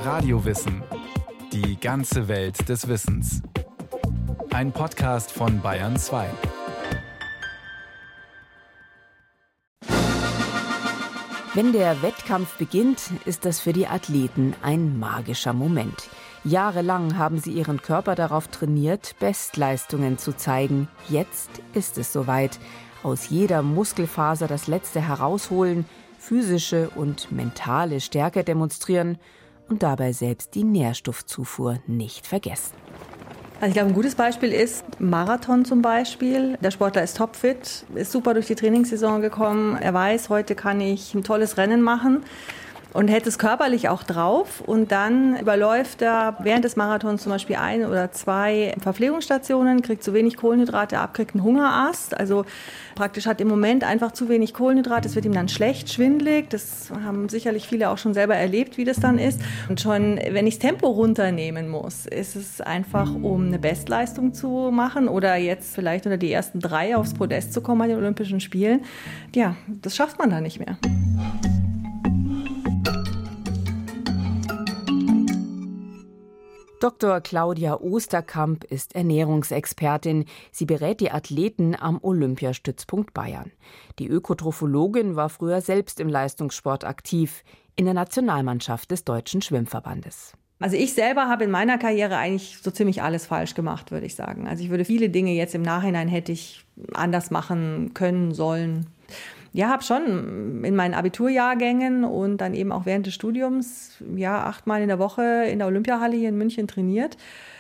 Radiowissen. Die ganze Welt des Wissens. Ein Podcast von Bayern 2. Wenn der Wettkampf beginnt, ist das für die Athleten ein magischer Moment. Jahrelang haben sie ihren Körper darauf trainiert, Bestleistungen zu zeigen. Jetzt ist es soweit. Aus jeder Muskelfaser das Letzte herausholen, physische und mentale Stärke demonstrieren und dabei selbst die Nährstoffzufuhr nicht vergessen. Also ich glaube, ein gutes Beispiel ist Marathon zum Beispiel. Der Sportler ist topfit, ist super durch die Trainingssaison gekommen. Er weiß, heute kann ich ein tolles Rennen machen und hält es körperlich auch drauf. Und dann überläuft er während des Marathons zum Beispiel 1 oder 2 Verpflegungsstationen, kriegt zu wenig Kohlenhydrate ab, kriegt einen Hungerast. Also praktisch hat im Moment einfach zu wenig Kohlenhydrate. Es wird ihm dann schlecht, schwindelig. Das haben sicherlich viele auch schon selber erlebt, wie das dann ist. Und schon, wenn ich das Tempo runternehmen muss, ist es einfach, um eine Bestleistung zu machen oder jetzt vielleicht unter die ersten 3 aufs Podest zu kommen bei den Olympischen Spielen. Ja, das schafft man dann nicht mehr. Dr. Claudia Osterkamp ist Ernährungsexpertin. Sie berät die Athleten am Olympiastützpunkt Bayern. Die Ökotrophologin war früher selbst im Leistungssport aktiv, in der Nationalmannschaft des Deutschen Schwimmverbandes. Also ich selber habe in meiner Karriere eigentlich so ziemlich alles falsch gemacht, würde ich sagen. Also ich würde viele Dinge jetzt im Nachhinein hätte ich anders machen können, sollen. Ja, habe schon in meinen Abiturjahrgängen und dann eben auch während des Studiums 8-mal in der Woche in der Olympiahalle hier in München trainiert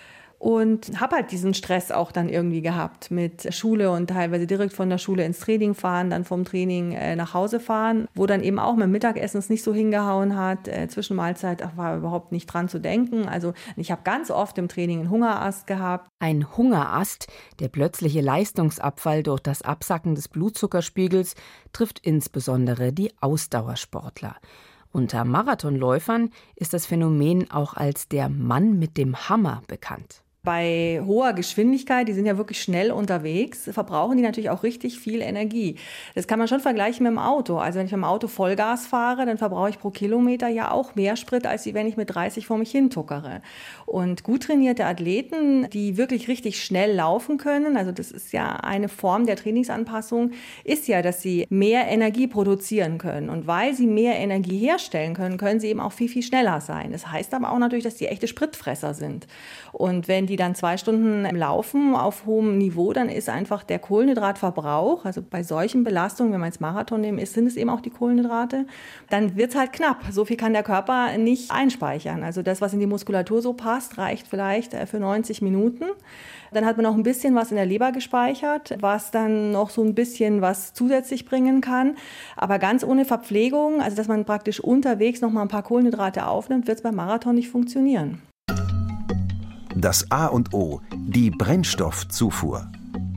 und habe halt diesen Stress auch dann irgendwie gehabt mit Schule und teilweise direkt von der Schule ins Training fahren, dann vom Training nach Hause fahren, wo dann eben auch mit dem Mittagessen es nicht so hingehauen hat. Zwischenmahlzeit war überhaupt nicht dran zu denken. Also ich habe ganz oft im Training einen Hungerast gehabt. Ein Hungerast, der plötzliche Leistungsabfall durch das Absacken des Blutzuckerspiegels, trifft insbesondere die Ausdauersportler. Unter Marathonläufern ist das Phänomen auch als der Mann mit dem Hammer bekannt. Bei hoher Geschwindigkeit, die sind ja wirklich schnell unterwegs, verbrauchen die natürlich auch richtig viel Energie. Das kann man schon vergleichen mit dem Auto. Also wenn ich mit dem Auto Vollgas fahre, dann verbrauche ich pro Kilometer ja auch mehr Sprit, als wenn ich mit 30 vor mich hin tuckere. Und gut trainierte Athleten, die wirklich richtig schnell laufen können, also das ist ja eine Form der Trainingsanpassung, ist ja, dass sie mehr Energie produzieren können. Und weil sie mehr Energie herstellen können, können sie eben auch viel, viel schneller sein. Das heißt aber auch natürlich, dass die echte Spritfresser sind. Und wenn die dann 2 Stunden laufen auf hohem Niveau, dann ist einfach der Kohlenhydratverbrauch, also bei solchen Belastungen, wenn man jetzt Marathon nimmt, sind es eben auch die Kohlenhydrate, dann wird es halt knapp. So viel kann der Körper nicht einspeichern. Also das, was in die Muskulatur so passt, reicht vielleicht für 90 Minuten. Dann hat man noch ein bisschen was in der Leber gespeichert, was dann noch so ein bisschen was zusätzlich bringen kann. Aber ganz ohne Verpflegung, also dass man praktisch unterwegs noch mal ein paar Kohlenhydrate aufnimmt, wird es beim Marathon nicht funktionieren. Das A und O, die Brennstoffzufuhr.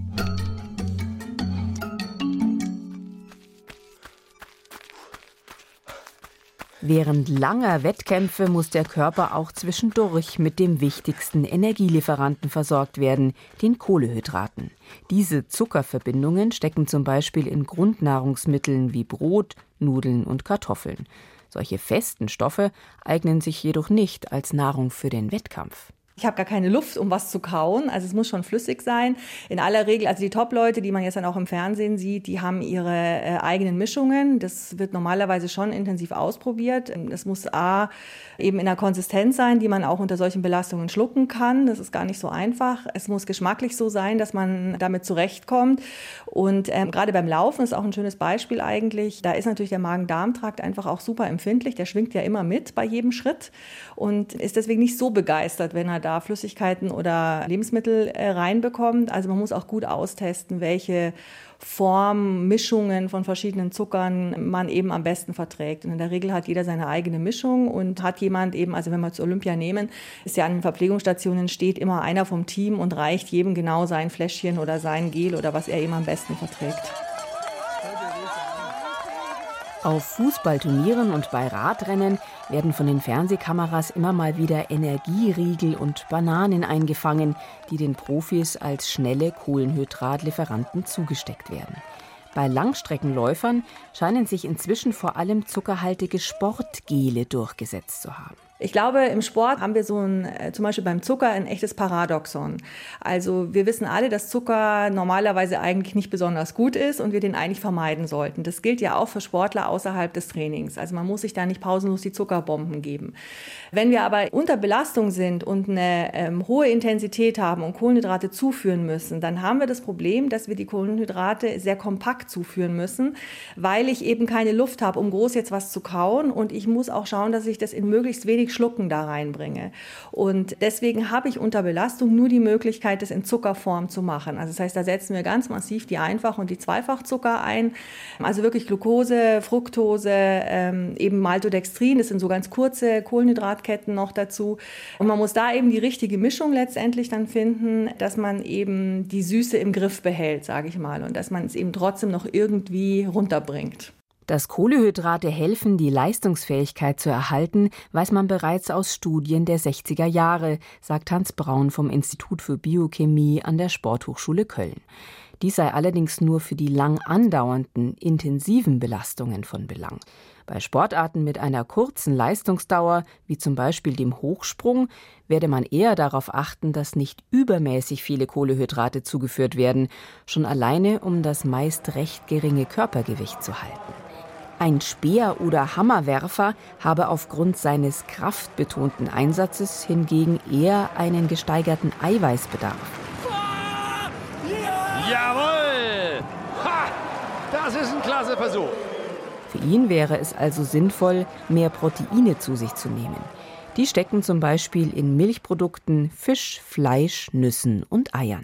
Während langer Wettkämpfe muss der Körper auch zwischendurch mit dem wichtigsten Energielieferanten versorgt werden, den Kohlenhydraten. Diese Zuckerverbindungen stecken zum Beispiel in Grundnahrungsmitteln wie Brot, Nudeln und Kartoffeln. Solche festen Stoffe eignen sich jedoch nicht als Nahrung für den Wettkampf. Ich habe gar keine Luft, um was zu kauen. Also es muss schon flüssig sein. In aller Regel, also die Top-Leute, die man jetzt dann auch im Fernsehen sieht, die haben ihre eigenen Mischungen. Das wird normalerweise schon intensiv ausprobiert. Es muss eben in der Konsistenz sein, die man auch unter solchen Belastungen schlucken kann. Das ist gar nicht so einfach. Es muss geschmacklich so sein, dass man damit zurechtkommt. Und gerade beim Laufen ist auch ein schönes Beispiel eigentlich. Da ist natürlich der Magen-Darm-Trakt einfach auch super empfindlich. Der schwingt ja immer mit bei jedem Schritt und ist deswegen nicht so begeistert, wenn er da Flüssigkeiten oder Lebensmittel reinbekommt. Also man muss auch gut austesten, welche Formmischungen von verschiedenen Zuckern man eben am besten verträgt. Und in der Regel hat jeder seine eigene Mischung und hat jemand eben, also wenn wir zur Olympia nehmen, ist ja an den Verpflegungsstationen steht immer einer vom Team und reicht jedem genau sein Fläschchen oder sein Gel oder was er eben am besten verträgt. Auf Fußballturnieren und bei Radrennen werden von den Fernsehkameras immer mal wieder Energieriegel und Bananen eingefangen, die den Profis als schnelle Kohlenhydratlieferanten zugesteckt werden. Bei Langstreckenläufern scheinen sich inzwischen vor allem zuckerhaltige Sportgele durchgesetzt zu haben. Ich glaube, im Sport haben wir zum Beispiel beim Zucker ein echtes Paradoxon. Also wir wissen alle, dass Zucker normalerweise eigentlich nicht besonders gut ist und wir den eigentlich vermeiden sollten. Das gilt ja auch für Sportler außerhalb des Trainings. Also man muss sich da nicht pausenlos die Zuckerbomben geben. Wenn wir aber unter Belastung sind und eine hohe Intensität haben und Kohlenhydrate zuführen müssen, dann haben wir das Problem, dass wir die Kohlenhydrate sehr kompakt zuführen müssen, weil ich eben keine Luft habe, um groß jetzt was zu kauen. Und ich muss auch schauen, dass ich das in möglichst wenig Schlucken da reinbringe. Und deswegen habe ich unter Belastung nur die Möglichkeit, das in Zuckerform zu machen. Also das heißt, da setzen wir ganz massiv die Einfach- und die Zweifachzucker ein. Also wirklich Glucose, Fructose, eben Maltodextrin, das sind so ganz kurze Kohlenhydratketten noch dazu. Und man muss da eben die richtige Mischung letztendlich dann finden, dass man eben die Süße im Griff behält, sage ich mal, und dass man es eben trotzdem noch irgendwie runterbringt. Dass Kohlenhydrate helfen, die Leistungsfähigkeit zu erhalten, weiß man bereits aus Studien der 60er Jahre, sagt Hans Braun vom Institut für Biochemie an der Sporthochschule Köln. Dies sei allerdings nur für die lang andauernden, intensiven Belastungen von Belang. Bei Sportarten mit einer kurzen Leistungsdauer, wie zum Beispiel dem Hochsprung, werde man eher darauf achten, dass nicht übermäßig viele Kohlenhydrate zugeführt werden, schon alleine, um das meist recht geringe Körpergewicht zu halten. Ein Speer- oder Hammerwerfer habe aufgrund seines kraftbetonten Einsatzes hingegen eher einen gesteigerten Eiweißbedarf. Jawohl! Ha! Das ist ein klasse Versuch. Für ihn wäre es also sinnvoll, mehr Proteine zu sich zu nehmen. Die stecken zum Beispiel in Milchprodukten, Fisch, Fleisch, Nüssen und Eiern.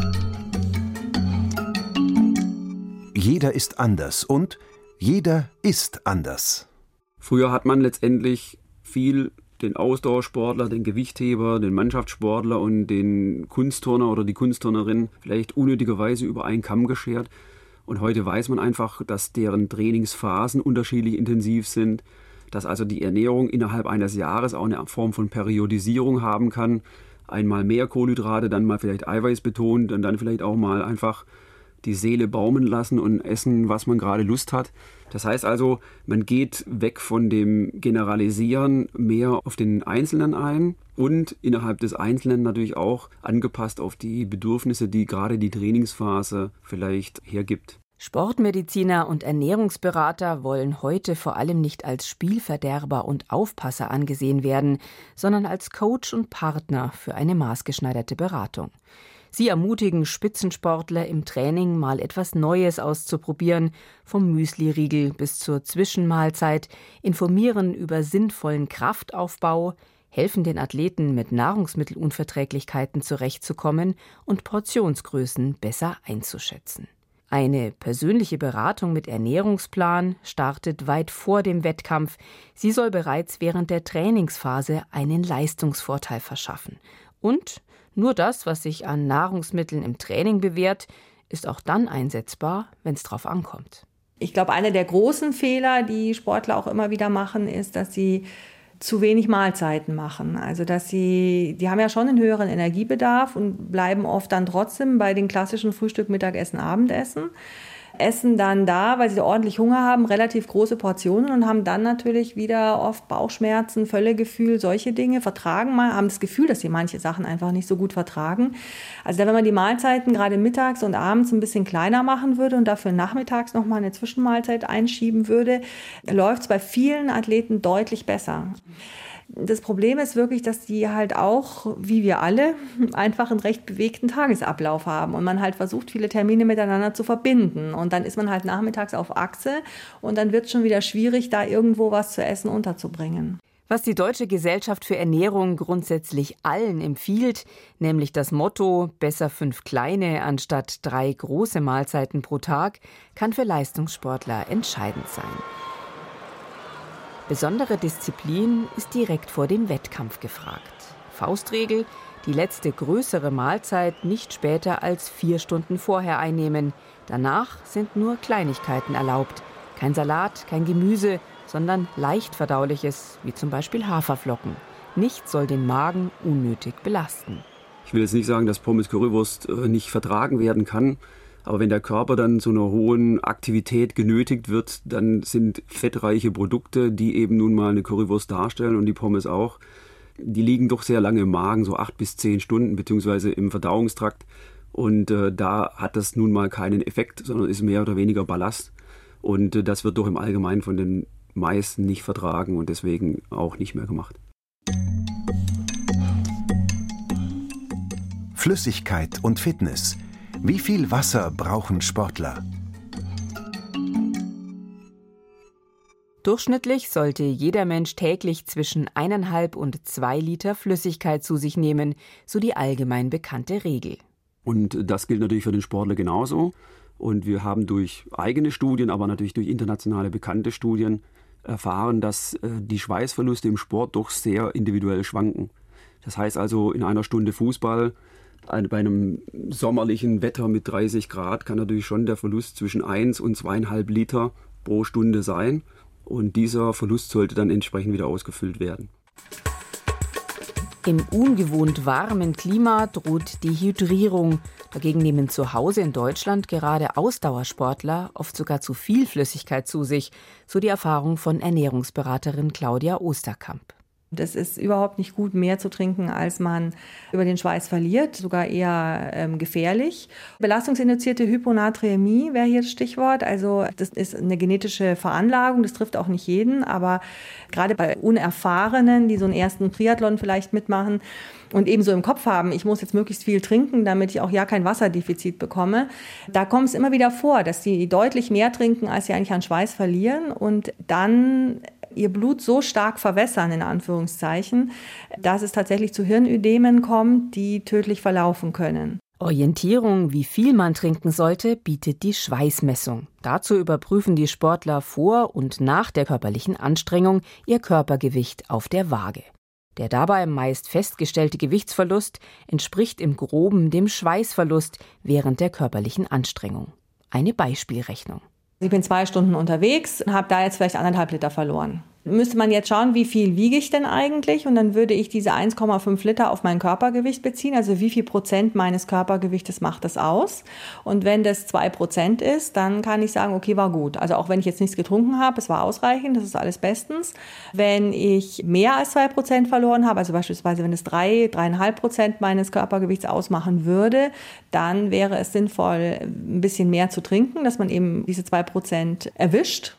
Jeder ist anders und jeder ist anders. Früher hat man letztendlich viel den Ausdauersportler, den Gewichtheber, den Mannschaftssportler und den Kunstturner oder die Kunstturnerin vielleicht unnötigerweise über einen Kamm geschert. Und heute weiß man einfach, dass deren Trainingsphasen unterschiedlich intensiv sind, dass also die Ernährung innerhalb eines Jahres auch eine Form von Periodisierung haben kann. Einmal mehr Kohlenhydrate, dann mal vielleicht Eiweiß betont und dann vielleicht auch mal einfach die Seele baumeln lassen und essen, was man gerade Lust hat. Das heißt also, man geht weg von dem Generalisieren mehr auf den Einzelnen ein und innerhalb des Einzelnen natürlich auch angepasst auf die Bedürfnisse, die gerade die Trainingsphase vielleicht hergibt. Sportmediziner und Ernährungsberater wollen heute vor allem nicht als Spielverderber und Aufpasser angesehen werden, sondern als Coach und Partner für eine maßgeschneiderte Beratung. Sie ermutigen Spitzensportler im Training mal etwas Neues auszuprobieren, vom Müsliriegel bis zur Zwischenmahlzeit, informieren über sinnvollen Kraftaufbau, helfen den Athleten mit Nahrungsmittelunverträglichkeiten zurechtzukommen und Portionsgrößen besser einzuschätzen. Eine persönliche Beratung mit Ernährungsplan startet weit vor dem Wettkampf. Sie soll bereits während der Trainingsphase einen Leistungsvorteil verschaffen. Und nur das, was sich an Nahrungsmitteln im Training bewährt, ist auch dann einsetzbar, wenn es drauf ankommt. Ich glaube, einer der großen Fehler, die Sportler auch immer wieder machen, ist, dass sie zu wenig Mahlzeiten machen. Also die haben ja schon einen höheren Energiebedarf und bleiben oft dann trotzdem bei den klassischen Frühstück, Mittagessen, Abendessen. Essen dann da, weil sie ordentlich Hunger haben, relativ große Portionen und haben dann natürlich wieder oft Bauchschmerzen, Völlegefühl, solche Dinge, haben das Gefühl, dass sie manche Sachen einfach nicht so gut vertragen. Also wenn man die Mahlzeiten gerade mittags und abends ein bisschen kleiner machen würde und dafür nachmittags nochmal eine Zwischenmahlzeit einschieben würde, läuft es bei vielen Athleten deutlich besser. Das Problem ist wirklich, dass die halt auch, wie wir alle, einfach einen recht bewegten Tagesablauf haben und man halt versucht, viele Termine miteinander zu verbinden. Und dann ist man halt nachmittags auf Achse und dann wird es schon wieder schwierig, da irgendwo was zu essen unterzubringen. Was die Deutsche Gesellschaft für Ernährung grundsätzlich allen empfiehlt, nämlich das Motto besser 5 kleine anstatt 3 große Mahlzeiten pro Tag, kann für Leistungssportler entscheidend sein. Besondere Disziplin ist direkt vor dem Wettkampf gefragt. Faustregel: die letzte größere Mahlzeit nicht später als 4 Stunden vorher einnehmen. Danach sind nur Kleinigkeiten erlaubt. Kein Salat, kein Gemüse, sondern leicht verdauliches, wie zum Beispiel Haferflocken. Nichts soll den Magen unnötig belasten. Ich will jetzt nicht sagen, dass Pommes Currywurst nicht vertragen werden kann, Aber wenn der Körper dann zu einer hohen Aktivität genötigt wird, dann sind fettreiche Produkte, die eben nun mal eine Currywurst darstellen und die Pommes auch, die liegen doch sehr lange im Magen, so 8 bis 10 Stunden, beziehungsweise im Verdauungstrakt. Und da hat das nun mal keinen Effekt, sondern ist mehr oder weniger Ballast. Und das wird doch im Allgemeinen von den meisten nicht vertragen und deswegen auch nicht mehr gemacht. Flüssigkeit und Fitness. Wie viel Wasser brauchen Sportler? Durchschnittlich sollte jeder Mensch täglich zwischen 1,5 und 2 Liter Flüssigkeit zu sich nehmen, so die allgemein bekannte Regel. Und das gilt natürlich für den Sportler genauso. Und wir haben durch eigene Studien, aber natürlich durch internationale bekannte Studien erfahren, dass die Schweißverluste im Sport doch sehr individuell schwanken. Das heißt also, in einer Stunde Fußball, bei einem sommerlichen Wetter mit 30 Grad, kann natürlich schon der Verlust zwischen 1 und 2,5 Liter pro Stunde sein. Und dieser Verlust sollte dann entsprechend wieder ausgefüllt werden. Im ungewohnt warmen Klima droht Dehydrierung. Dagegen nehmen zu Hause in Deutschland gerade Ausdauersportler oft sogar zu viel Flüssigkeit zu sich, so die Erfahrung von Ernährungsberaterin Claudia Osterkamp. Das ist überhaupt nicht gut, mehr zu trinken, als man über den Schweiß verliert, sogar eher gefährlich. Belastungsinduzierte Hyponaträmie wäre hier das Stichwort. Also das ist eine genetische Veranlagung, das trifft auch nicht jeden, aber gerade bei Unerfahrenen, die so einen ersten Triathlon vielleicht mitmachen und eben so im Kopf haben, ich muss jetzt möglichst viel trinken, damit ich auch ja kein Wasserdefizit bekomme, da kommt es immer wieder vor, dass die deutlich mehr trinken, als sie eigentlich an Schweiß verlieren und dann ihr Blut so stark verwässern, in Anführungszeichen, dass es tatsächlich zu Hirnödemen kommt, die tödlich verlaufen können. Orientierung, wie viel man trinken sollte, bietet die Schweißmessung. Dazu überprüfen die Sportler vor und nach der körperlichen Anstrengung ihr Körpergewicht auf der Waage. Der dabei meist festgestellte Gewichtsverlust entspricht im Groben dem Schweißverlust während der körperlichen Anstrengung. Eine Beispielrechnung. Ich bin 2 Stunden unterwegs und habe da jetzt vielleicht 1,5 Liter verloren. Müsste man jetzt schauen, wie viel wiege ich denn eigentlich? Und dann würde ich diese 1,5 Liter auf mein Körpergewicht beziehen. Also wie viel Prozent meines Körpergewichtes macht das aus? Und wenn das 2% ist, dann kann ich sagen, okay, war gut. Also auch wenn ich jetzt nichts getrunken habe, es war ausreichend, das ist alles bestens. Wenn ich mehr als 2% verloren habe, also beispielsweise wenn es 3,5% meines Körpergewichts ausmachen würde, dann wäre es sinnvoll, ein bisschen mehr zu trinken, dass man eben diese 2% erwischt.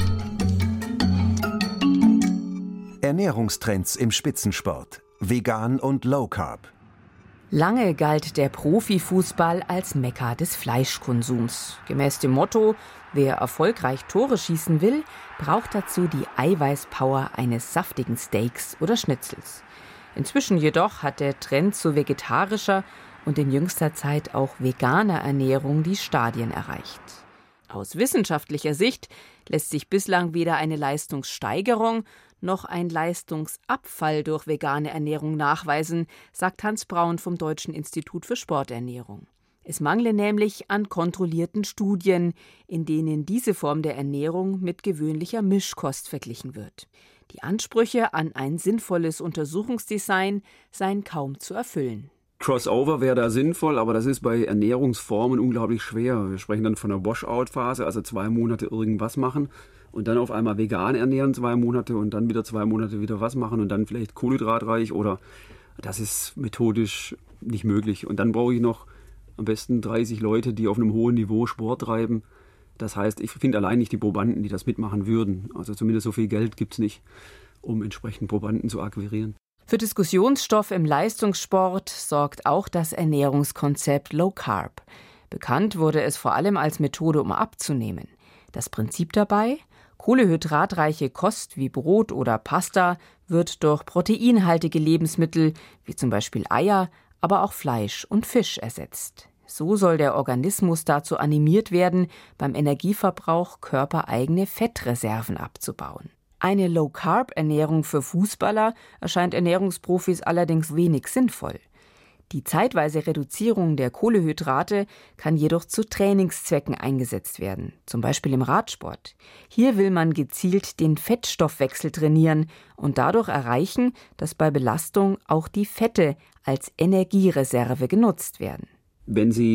Ernährungstrends im Spitzensport. Vegan und Low Carb. Lange galt der Profifußball als Mekka des Fleischkonsums. Gemäß dem Motto, wer erfolgreich Tore schießen will, braucht dazu die Eiweißpower eines saftigen Steaks oder Schnitzels. Inzwischen jedoch hat der Trend zu vegetarischer und in jüngster Zeit auch veganer Ernährung die Stadien erreicht. Aus wissenschaftlicher Sicht lässt sich bislang weder eine Leistungssteigerung noch ein Leistungsabfall durch vegane Ernährung nachweisen, sagt Hans Braun vom Deutschen Institut für Sporternährung. Es mangle nämlich an kontrollierten Studien, in denen diese Form der Ernährung mit gewöhnlicher Mischkost verglichen wird. Die Ansprüche an ein sinnvolles Untersuchungsdesign seien kaum zu erfüllen. Crossover wäre da sinnvoll, aber das ist bei Ernährungsformen unglaublich schwer. Wir sprechen dann von einer Wash-out-Phase, also 2 Monate irgendwas machen und dann auf einmal vegan ernähren 2 Monate und dann wieder 2 Monate wieder was machen und dann vielleicht kohlenhydratreich oder das ist methodisch nicht möglich. Und dann brauche ich noch am besten 30 Leute, die auf einem hohen Niveau Sport treiben. Das heißt, ich finde allein nicht die Probanden, die das mitmachen würden. Also zumindest so viel Geld gibt es nicht, um entsprechend Probanden zu akquirieren. Für Diskussionsstoff im Leistungssport sorgt auch das Ernährungskonzept Low Carb. Bekannt wurde es vor allem als Methode, um abzunehmen. Das Prinzip dabei? Kohlehydratreiche Kost wie Brot oder Pasta wird durch proteinhaltige Lebensmittel wie zum Beispiel Eier, aber auch Fleisch und Fisch ersetzt. So soll der Organismus dazu animiert werden, beim Energieverbrauch körpereigene Fettreserven abzubauen. Eine Low-Carb-Ernährung für Fußballer erscheint Ernährungsprofis allerdings wenig sinnvoll. Die zeitweise Reduzierung der Kohlenhydrate kann jedoch zu Trainingszwecken eingesetzt werden, zum Beispiel im Radsport. Hier will man gezielt den Fettstoffwechsel trainieren und dadurch erreichen, dass bei Belastung auch die Fette als Energiereserve genutzt werden. Wenn Sie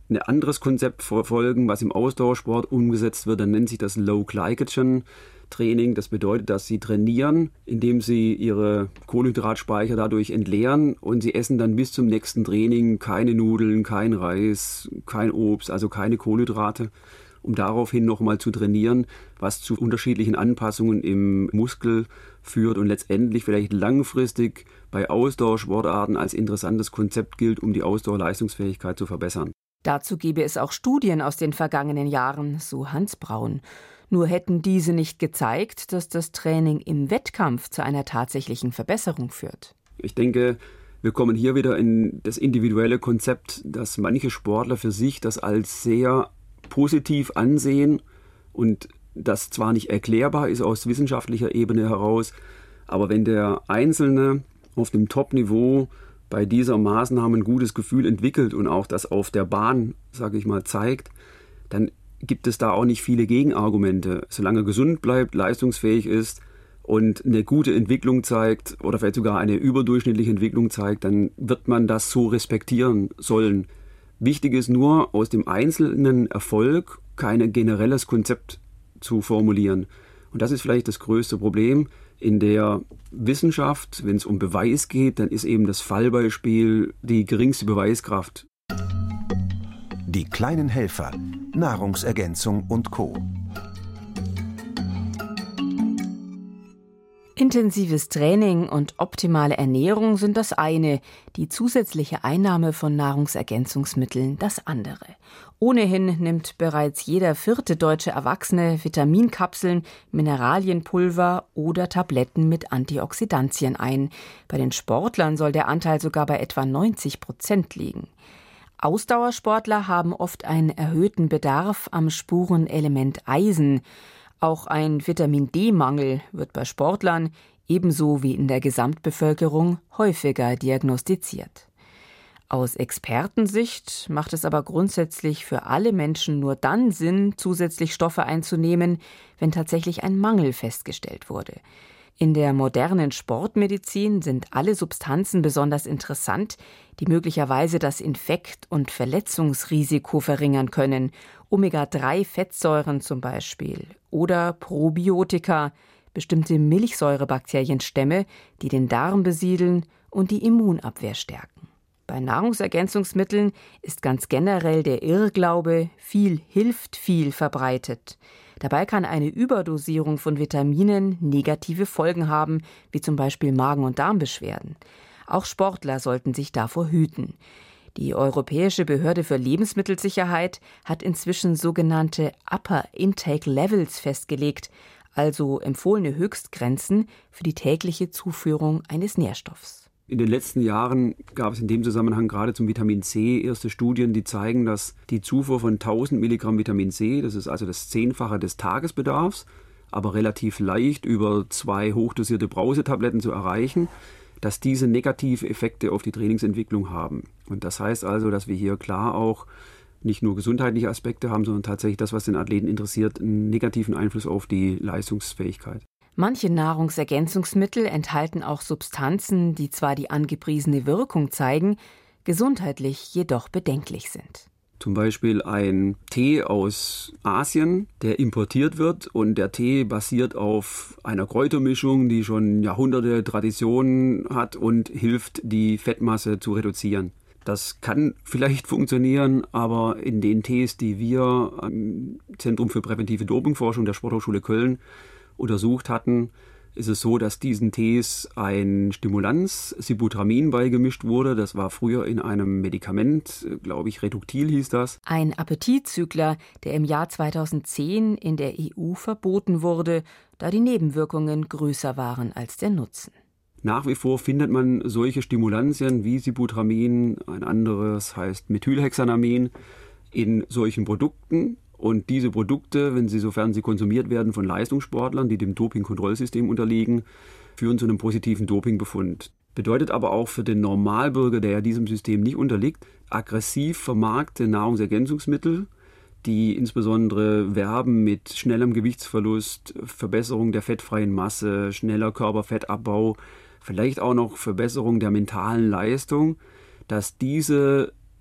ein anderes Konzept verfolgen, was im Ausdauersport umgesetzt wird, dann nennt sich das Low Glycogen Training. Das bedeutet, dass sie trainieren, indem sie ihre Kohlenhydratspeicher dadurch entleeren und sie essen dann bis zum nächsten Training keine Nudeln, kein Reis, kein Obst, also keine Kohlenhydrate, um daraufhin nochmal zu trainieren, was zu unterschiedlichen Anpassungen im Muskel führt und letztendlich vielleicht langfristig bei Ausdauersportarten als interessantes Konzept gilt, um die Ausdauerleistungsfähigkeit zu verbessern. Dazu gebe es auch Studien aus den vergangenen Jahren, so Hans Braun. Nur hätten diese nicht gezeigt, dass das Training im Wettkampf zu einer tatsächlichen Verbesserung führt. Ich denke, wir kommen hier wieder in das individuelle Konzept, dass manche Sportler für sich das als sehr positiv ansehen und das zwar nicht erklärbar ist aus wissenschaftlicher Ebene heraus, aber wenn der Einzelne auf dem Top-Niveau bei dieser Maßnahme ein gutes Gefühl entwickelt und auch das auf der Bahn, sage ich mal, zeigt, dann gibt es da auch nicht viele Gegenargumente. Solange er gesund bleibt, leistungsfähig ist und eine gute Entwicklung zeigt oder vielleicht sogar eine überdurchschnittliche Entwicklung zeigt, dann wird man das so respektieren sollen. Wichtig ist nur, aus dem einzelnen Erfolg kein generelles Konzept zu formulieren. Und das ist vielleicht das größte Problem. In der Wissenschaft, wenn es um Beweis geht, dann ist eben das Fallbeispiel die geringste Beweiskraft. Die kleinen Helfer, Nahrungsergänzung und Co. Intensives Training und optimale Ernährung sind das eine, die zusätzliche Einnahme von Nahrungsergänzungsmitteln das andere. Ohnehin nimmt bereits jeder 4. deutsche Erwachsene Vitaminkapseln, Mineralienpulver oder Tabletten mit Antioxidantien ein. Bei den Sportlern soll der Anteil sogar bei etwa 90% liegen. Ausdauersportler haben oft einen erhöhten Bedarf am Spurenelement Eisen. Auch ein Vitamin-D-Mangel wird bei Sportlern ebenso wie in der Gesamtbevölkerung häufiger diagnostiziert. Aus Expertensicht macht es aber grundsätzlich für alle Menschen nur dann Sinn, zusätzlich Stoffe einzunehmen, wenn tatsächlich ein Mangel festgestellt wurde. In der modernen Sportmedizin sind alle Substanzen besonders interessant, die möglicherweise das Infekt- und Verletzungsrisiko verringern können. Omega-3-Fettsäuren zum Beispiel oder Probiotika, bestimmte Milchsäurebakterienstämme, die den Darm besiedeln und die Immunabwehr stärken. Bei Nahrungsergänzungsmitteln ist ganz generell der Irrglaube, viel hilft viel verbreitet. Dabei kann eine Überdosierung von Vitaminen negative Folgen haben, wie zum Beispiel Magen- und Darmbeschwerden. Auch Sportler sollten sich davor hüten. Die Europäische Behörde für Lebensmittelsicherheit hat inzwischen sogenannte Upper Intake Levels festgelegt, also empfohlene Höchstgrenzen für die tägliche Zuführung eines Nährstoffs. In den letzten Jahren gab es in dem Zusammenhang gerade zum Vitamin C erste Studien, die zeigen, dass die Zufuhr von 1000 Milligramm Vitamin C, das ist also das 10-fache des Tagesbedarfs, aber relativ leicht über 2 hochdosierte Brausetabletten zu erreichen, dass diese negative Effekte auf die Trainingsentwicklung haben. Und das heißt also, dass wir hier klar auch nicht nur gesundheitliche Aspekte haben, sondern tatsächlich das, was den Athleten interessiert, einen negativen Einfluss auf die Leistungsfähigkeit. Manche Nahrungsergänzungsmittel enthalten auch Substanzen, die zwar die angepriesene Wirkung zeigen, gesundheitlich jedoch bedenklich sind. Zum Beispiel ein Tee aus Asien, der importiert wird, und der Tee basiert auf einer Kräutermischung, die schon Jahrhunderte Tradition hat und hilft, die Fettmasse zu reduzieren. Das kann vielleicht funktionieren, aber in den Tees, die wir am Zentrum für präventive Dopingforschung der Sporthochschule Köln untersucht hatten, ist es so, dass diesen Tees ein Stimulanz, Sibutramine, beigemischt wurde. Das war früher in einem Medikament, glaube ich, Reductil hieß das. Ein Appetitzügler, der im Jahr 2010 in der EU verboten wurde, da die Nebenwirkungen größer waren als der Nutzen. Nach wie vor findet man solche Stimulantien wie Sibutramin, ein anderes heißt Methylhexanamin, in solchen Produkten. Und diese Produkte, sofern sie konsumiert werden von Leistungssportlern, die dem Dopingkontrollsystem unterliegen, führen zu einem positiven Dopingbefund. Bedeutet aber auch für den Normalbürger, der diesem System nicht unterliegt, aggressiv vermarkte Nahrungsergänzungsmittel, die insbesondere werben mit schnellem Gewichtsverlust, Verbesserung der fettfreien Masse, schneller Körperfettabbau, vielleicht auch noch Verbesserung der mentalen Leistung, dass diese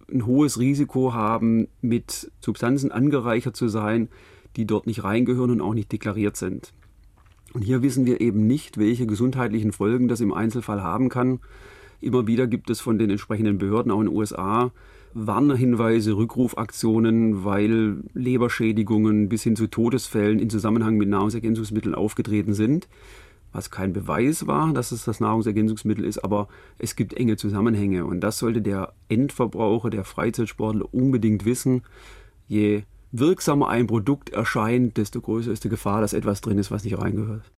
ein hohes Risiko haben, mit Substanzen angereichert zu sein, die dort nicht reingehören und auch nicht deklariert sind. Und hier wissen wir eben nicht, welche gesundheitlichen Folgen das im Einzelfall haben kann. Immer wieder gibt es von den entsprechenden Behörden, auch in den USA, Warnhinweise, Rückrufaktionen, weil Leberschädigungen bis hin zu Todesfällen in Zusammenhang mit Nahrungsergänzungsmitteln aufgetreten sind. Was kein Beweis war, dass es das Nahrungsergänzungsmittel ist, aber es gibt enge Zusammenhänge. Und das sollte der Endverbraucher, der Freizeitsportler unbedingt wissen. Je wirksamer ein Produkt erscheint, desto größer ist die Gefahr, dass etwas drin ist, was nicht reingehört.